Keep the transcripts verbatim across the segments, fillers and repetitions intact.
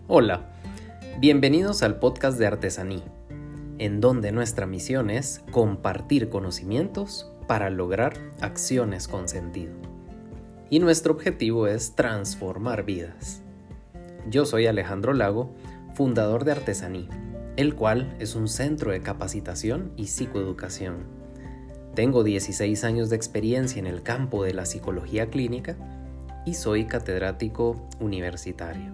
Hola, bienvenidos al podcast de Artesaní, en donde nuestra misión es compartir conocimientos para lograr acciones con sentido. Y nuestro objetivo es transformar vidas. Yo soy Alejandro Lago, fundador de Artesaní, el cual es un centro de capacitación y psicoeducación. Tengo dieciséis años de experiencia en el campo de la psicología clínica y soy catedrático universitario.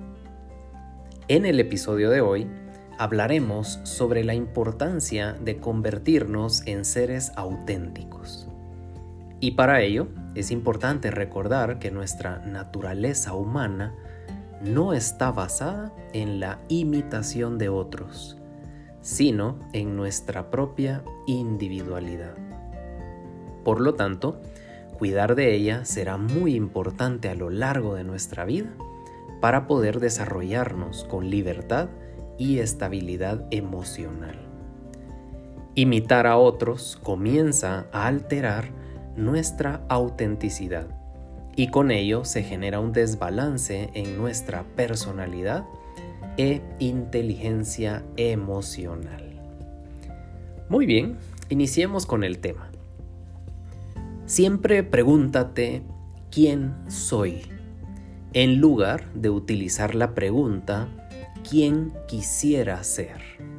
En el episodio de hoy hablaremos sobre la importancia de convertirnos en seres auténticos. Y para ello es importante recordar que nuestra naturaleza humana no está basada en la imitación de otros, sino en nuestra propia individualidad. Por lo tanto, cuidar de ella será muy importante a lo largo de nuestra vida para poder desarrollarnos con libertad y estabilidad emocional. Imitar a otros comienza a alterar nuestra autenticidad y con ello se genera un desbalance en nuestra personalidad e inteligencia emocional. Muy bien, iniciemos con el tema. Siempre pregúntate ¿quién soy?, en lugar de utilizar la pregunta ¿quién quisiera ser?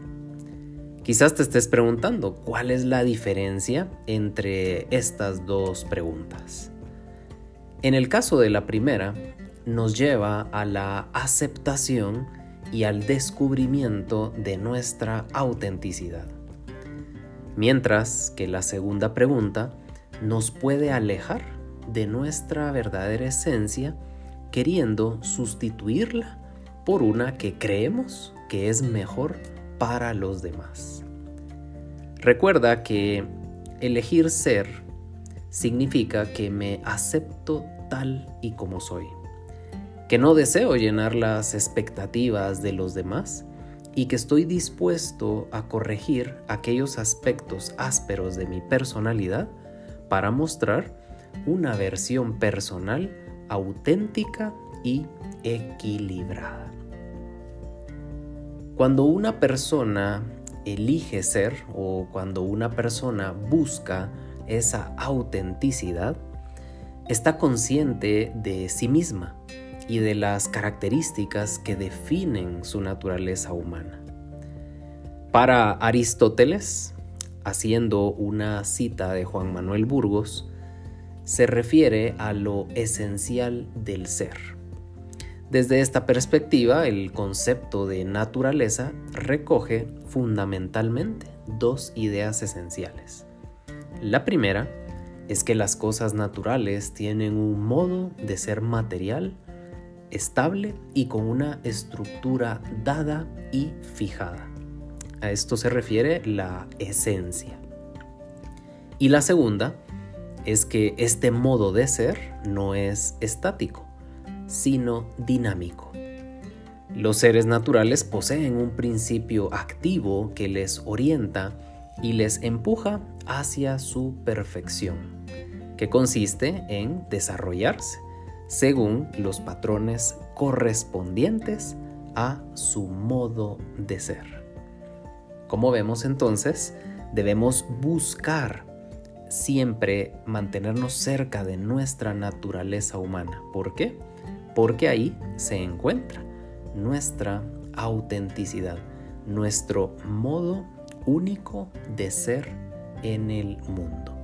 Quizás te estés preguntando ¿cuál es la diferencia entre estas dos preguntas? En el caso de la primera, nos lleva a la aceptación y al descubrimiento de nuestra autenticidad, mientras que la segunda pregunta nos puede alejar de nuestra verdadera esencia, queriendo sustituirla por una que creemos que es mejor para los demás. Recuerda que elegir ser significa que me acepto tal y como soy, que no deseo llenar las expectativas de los demás y que estoy dispuesto a corregir aquellos aspectos ásperos de mi personalidad para mostrar una versión personal auténtica y equilibrada. Cuando una persona elige ser o cuando una persona busca esa autenticidad, está consciente de sí misma y de las características que definen su naturaleza humana. Para Aristóteles, haciendo una cita de Juan Manuel Burgos, se refiere a lo esencial del ser. Desde esta perspectiva, el concepto de naturaleza recoge fundamentalmente dos ideas esenciales. La primera es que las cosas naturales tienen un modo de ser material, estable y con una estructura dada y fijada. A esto se refiere la esencia. Y la segunda es que este modo de ser no es estático, sino dinámico. Los seres naturales poseen un principio activo que les orienta y les empuja hacia su perfección, que consiste en desarrollarse según los patrones correspondientes a su modo de ser. Como vemos entonces, debemos buscar siempre mantenernos cerca de nuestra naturaleza humana. ¿Por qué? Porque ahí se encuentra nuestra autenticidad, nuestro modo único de ser en el mundo.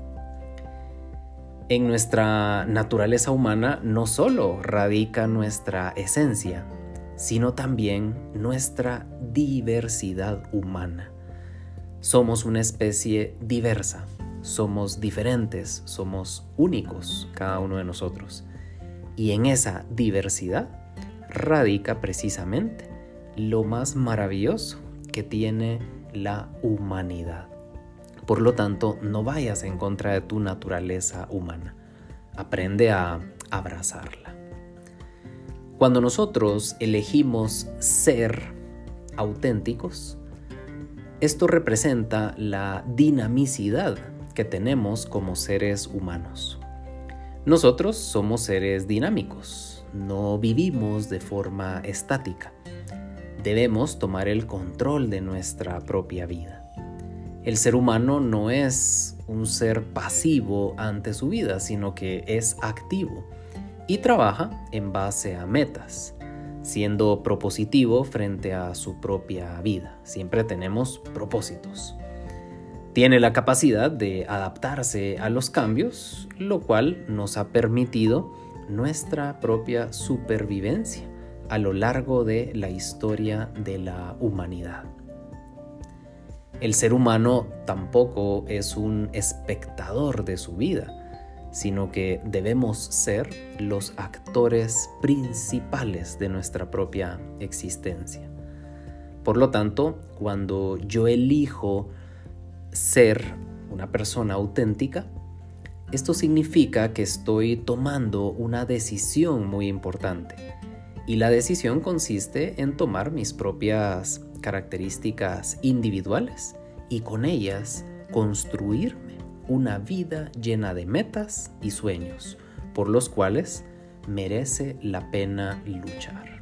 En nuestra naturaleza humana no solo radica nuestra esencia, sino también nuestra diversidad humana. Somos una especie diversa. Somos diferentes, somos únicos cada uno de nosotros. Y en esa diversidad radica precisamente lo más maravilloso que tiene la humanidad. Por lo tanto, no vayas en contra de tu naturaleza humana. Aprende a abrazarla. Cuando nosotros elegimos ser auténticos, esto representa la dinamicidad que tenemos como seres humanos. Nosotros somos seres dinámicos, no vivimos de forma estática. Debemos tomar el control de nuestra propia vida. El ser humano no es un ser pasivo ante su vida, sino que es activo y trabaja en base a metas, siendo propositivo frente a su propia vida. Siempre tenemos propósitos. Tiene la capacidad de adaptarse a los cambios, lo cual nos ha permitido nuestra propia supervivencia a lo largo de la historia de la humanidad. El ser humano tampoco es un espectador de su vida, sino que debemos ser los actores principales de nuestra propia existencia. Por lo tanto, cuando yo elijo ser una persona auténtica, esto significa que estoy tomando una decisión muy importante. Y la decisión consiste en tomar mis propias características individuales y con ellas construirme una vida llena de metas y sueños por los cuales merece la pena luchar.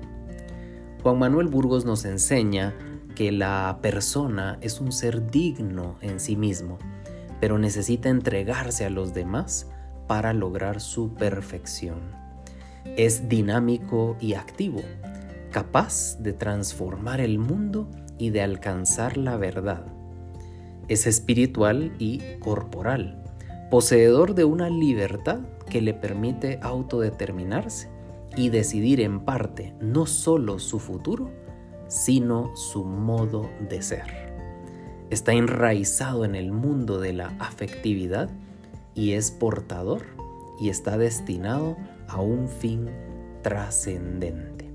Juan Manuel Burgos nos enseña que la persona es un ser digno en sí mismo, pero necesita entregarse a los demás para lograr su perfección. Es dinámico y activo, capaz de transformar el mundo y de alcanzar la verdad. Es espiritual y corporal, poseedor de una libertad que le permite autodeterminarse y decidir en parte no solo su futuro, sino su modo de ser. Está enraizado en el mundo de la afectividad y es portador y está destinado a un fin trascendente.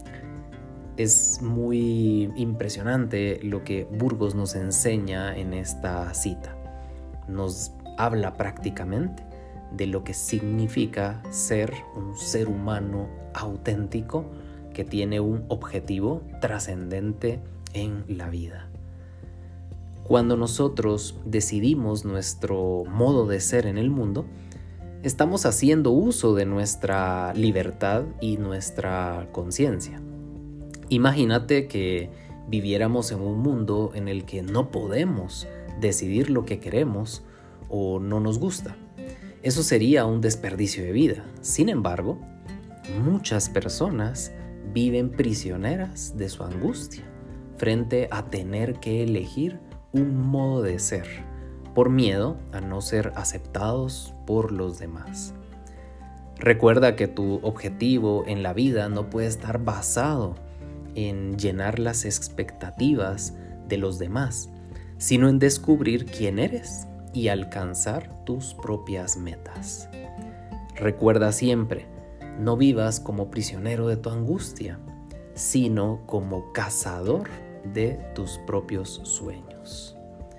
Es muy impresionante lo que Burgos nos enseña en esta cita. Nos habla prácticamente de lo que significa ser un ser humano auténtico que tiene un objetivo trascendente en la vida. Cuando nosotros decidimos nuestro modo de ser en el mundo, estamos haciendo uso de nuestra libertad y nuestra conciencia. Imagínate que viviéramos en un mundo en el que no podemos decidir lo que queremos o no nos gusta. Eso sería un desperdicio de vida. Sin embargo, muchas personas viven prisioneras de su angustia frente a tener que elegir un modo de ser, por miedo a no ser aceptados por los demás. Recuerda que tu objetivo en la vida no puede estar basado en llenar las expectativas de los demás, sino en descubrir quién eres y alcanzar tus propias metas. Recuerda siempre, no vivas como prisionero de tu angustia, sino como cazador de tus propios sueños.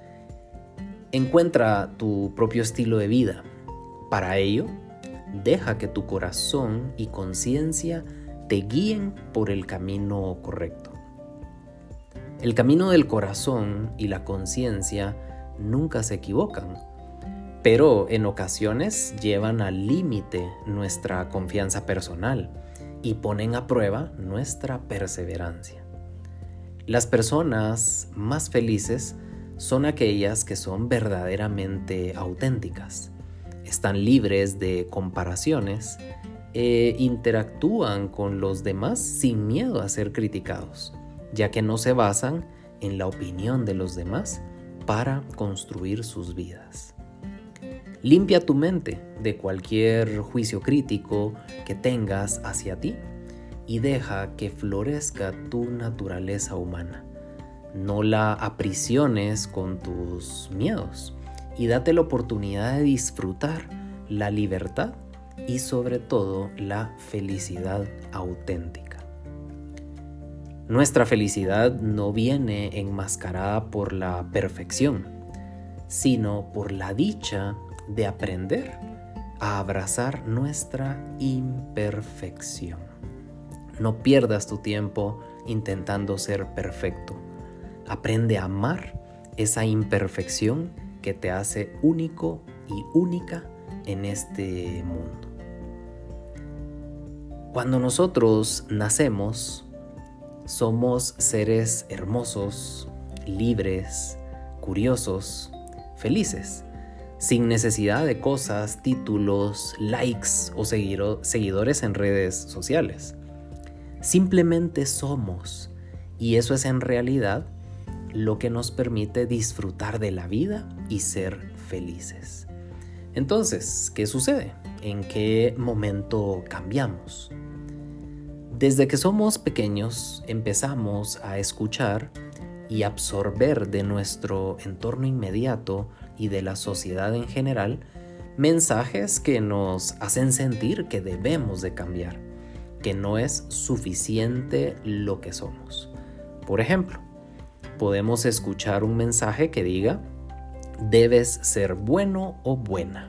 Encuentra tu propio estilo de vida. Para ello, deja que tu corazón y conciencia te guíen por el camino correcto. El camino del corazón y la conciencia nunca se equivocan, pero en ocasiones llevan al límite nuestra confianza personal y ponen a prueba nuestra perseverancia. Las personas más felices son aquellas que son verdaderamente auténticas, están libres de comparaciones e interactúan con los demás sin miedo a ser criticados, ya que no se basan en la opinión de los demás para construir sus vidas. Limpia tu mente de cualquier juicio crítico que tengas hacia ti y deja que florezca tu naturaleza humana. No la aprisiones con tus miedos y date la oportunidad de disfrutar la libertad y sobre todo la felicidad auténtica. Nuestra felicidad no viene enmascarada por la perfección, sino por la dicha de aprender a abrazar nuestra imperfección. No pierdas tu tiempo intentando ser perfecto. Aprende a amar esa imperfección que te hace único y única en este mundo. Cuando nosotros nacemos, Somos seres hermosos, libres, curiosos, felices, sin necesidad de cosas, títulos, likes o seguiro- seguidores en redes sociales. Simplemente somos, y eso es en realidad lo que nos permite disfrutar de la vida y ser felices. Entonces, ¿qué sucede? ¿En qué momento cambiamos? Desde que somos pequeños empezamos a escuchar y absorber de nuestro entorno inmediato y de la sociedad en general mensajes que nos hacen sentir que debemos de cambiar, que no es suficiente lo que somos. Por ejemplo, podemos escuchar un mensaje que diga: debes ser bueno o buena.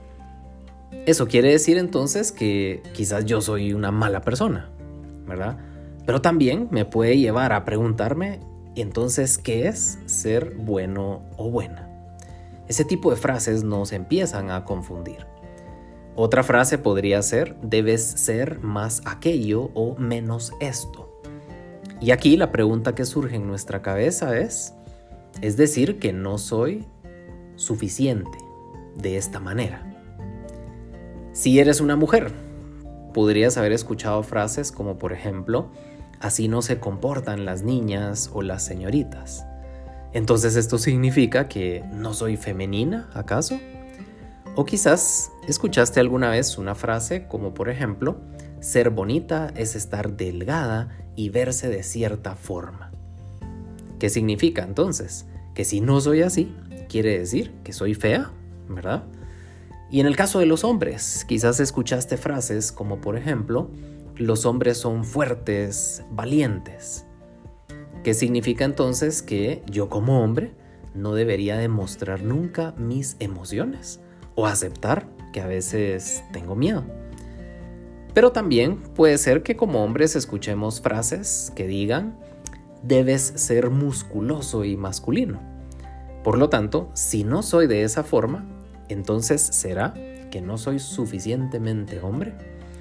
Eso quiere decir entonces que quizás yo soy una mala persona, ¿verdad? Pero también me puede llevar a preguntarme, entonces, ¿qué es ser bueno o buena? Ese tipo de frases nos empiezan a confundir. Otra frase podría ser: debes ser más aquello o menos esto. Y aquí la pregunta que surge en nuestra cabeza es, es decir, que no soy suficiente de esta manera. Si eres una mujer, podrías haber escuchado frases como, por ejemplo, así no se comportan las niñas o las señoritas. Entonces, ¿esto significa que no soy femenina, acaso? O quizás escuchaste alguna vez una frase como, por ejemplo, ser bonita es estar delgada y verse de cierta forma. ¿Qué significa entonces? Que si no soy así, quiere decir que soy fea, ¿verdad? Y en el caso de los hombres, quizás escuchaste frases como, por ejemplo, los hombres son fuertes, valientes. ¿Qué significa entonces que yo como hombre no debería demostrar nunca mis emociones o aceptar que a veces tengo miedo? Pero también puede ser que como hombres escuchemos frases que digan: debes ser musculoso y masculino. Por lo tanto, si no soy de esa forma, entonces ¿será que no soy suficientemente hombre?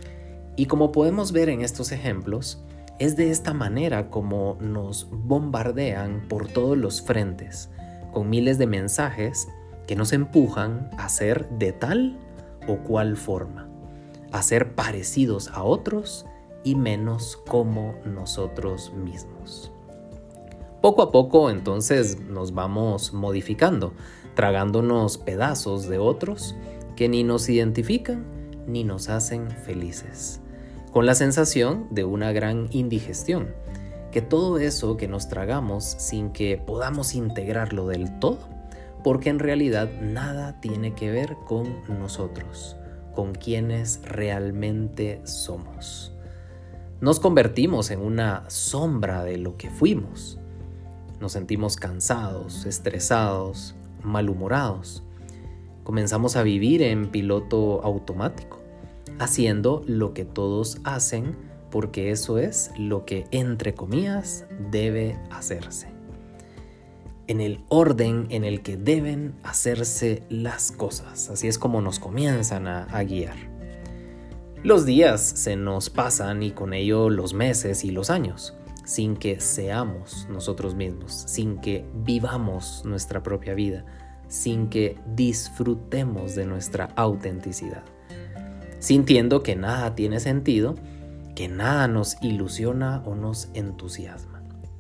Y como podemos ver en estos ejemplos, es de esta manera como nos bombardean por todos los frentes, con miles de mensajes que nos empujan a ser de tal o cual forma, a ser parecidos a otros y menos como nosotros mismos. Poco a poco entonces nos vamos modificando, tragándonos pedazos de otros que ni nos identifican ni nos hacen felices, con la sensación de una gran indigestión, que todo eso que nos tragamos sin que podamos integrarlo del todo, porque en realidad nada tiene que ver con nosotros, con quienes realmente somos. Nos convertimos en una sombra de lo que fuimos. Nos sentimos cansados, estresados, malhumorados. Comenzamos a vivir en piloto automático, haciendo lo que todos hacen porque eso es lo que, entre comillas, debe hacerse, en el orden en el que deben hacerse las cosas. Así es como nos comienzan a, a guiar. Los días se nos pasan y con ello los meses y los años, sin que seamos nosotros mismos, sin que vivamos nuestra propia vida, sin que disfrutemos de nuestra autenticidad, sintiendo que nada tiene sentido, que nada nos ilusiona o nos entusiasma.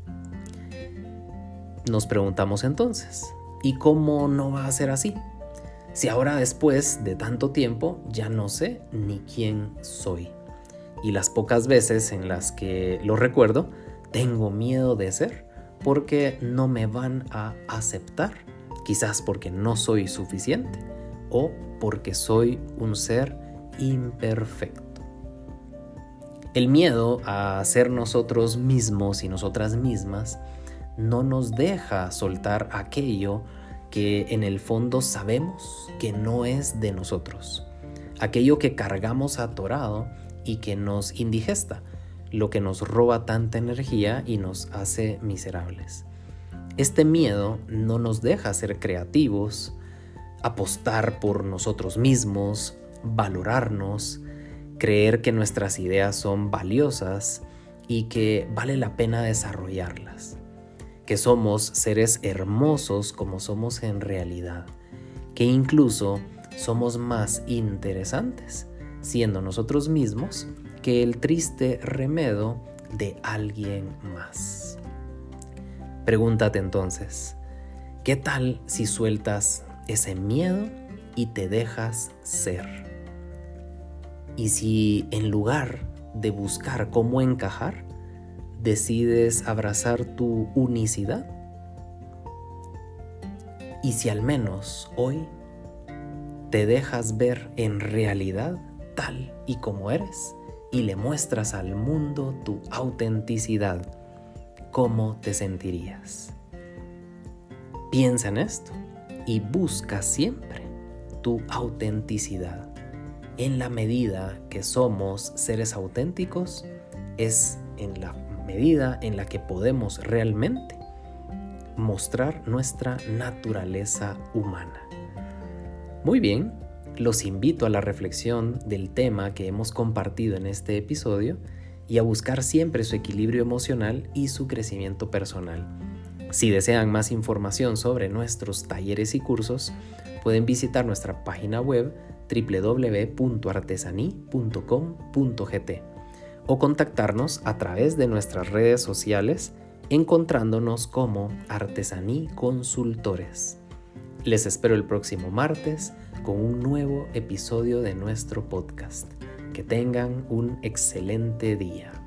Nos preguntamos entonces, ¿y cómo no va a ser así? Si ahora, después de tanto tiempo, ya no sé ni quién soy. Y las pocas veces en las que lo recuerdo, tengo miedo de ser porque no me van a aceptar, quizás porque no soy suficiente o porque soy un ser imperfecto. El miedo a ser nosotros mismos y nosotras mismas no nos deja soltar aquello que en el fondo sabemos que no es de nosotros, aquello que cargamos atorado y que nos indigesta, lo que nos roba tanta energía y nos hace miserables. Este miedo no nos deja ser creativos, apostar por nosotros mismos, valorarnos, creer que nuestras ideas son valiosas y que vale la pena desarrollarlas, que somos seres hermosos como somos en realidad, que incluso somos más interesantes siendo nosotros mismos que el triste remedo de alguien más. Pregúntate entonces, ¿qué tal si sueltas ese miedo y te dejas ser? Y si en lugar de buscar cómo encajar, decides abrazar tu unicidad. Y si al menos hoy te dejas ver en realidad tal y como eres y le muestras al mundo tu autenticidad, ¿cómo te sentirías? Piensa en esto y busca siempre tu autenticidad. En la medida que somos seres auténticos, es en la medida en la que podemos realmente mostrar nuestra naturaleza humana. Muy bien, los invito a la reflexión del tema que hemos compartido en este episodio y a buscar siempre su equilibrio emocional y su crecimiento personal. Si desean más información sobre nuestros talleres y cursos, pueden visitar nuestra página web doble u doble u doble u punto artesaní punto com punto g t o contactarnos a través de nuestras redes sociales encontrándonos como Artesaní Consultores. Les espero el próximo martes con un nuevo episodio de nuestro podcast. Que tengan un excelente día.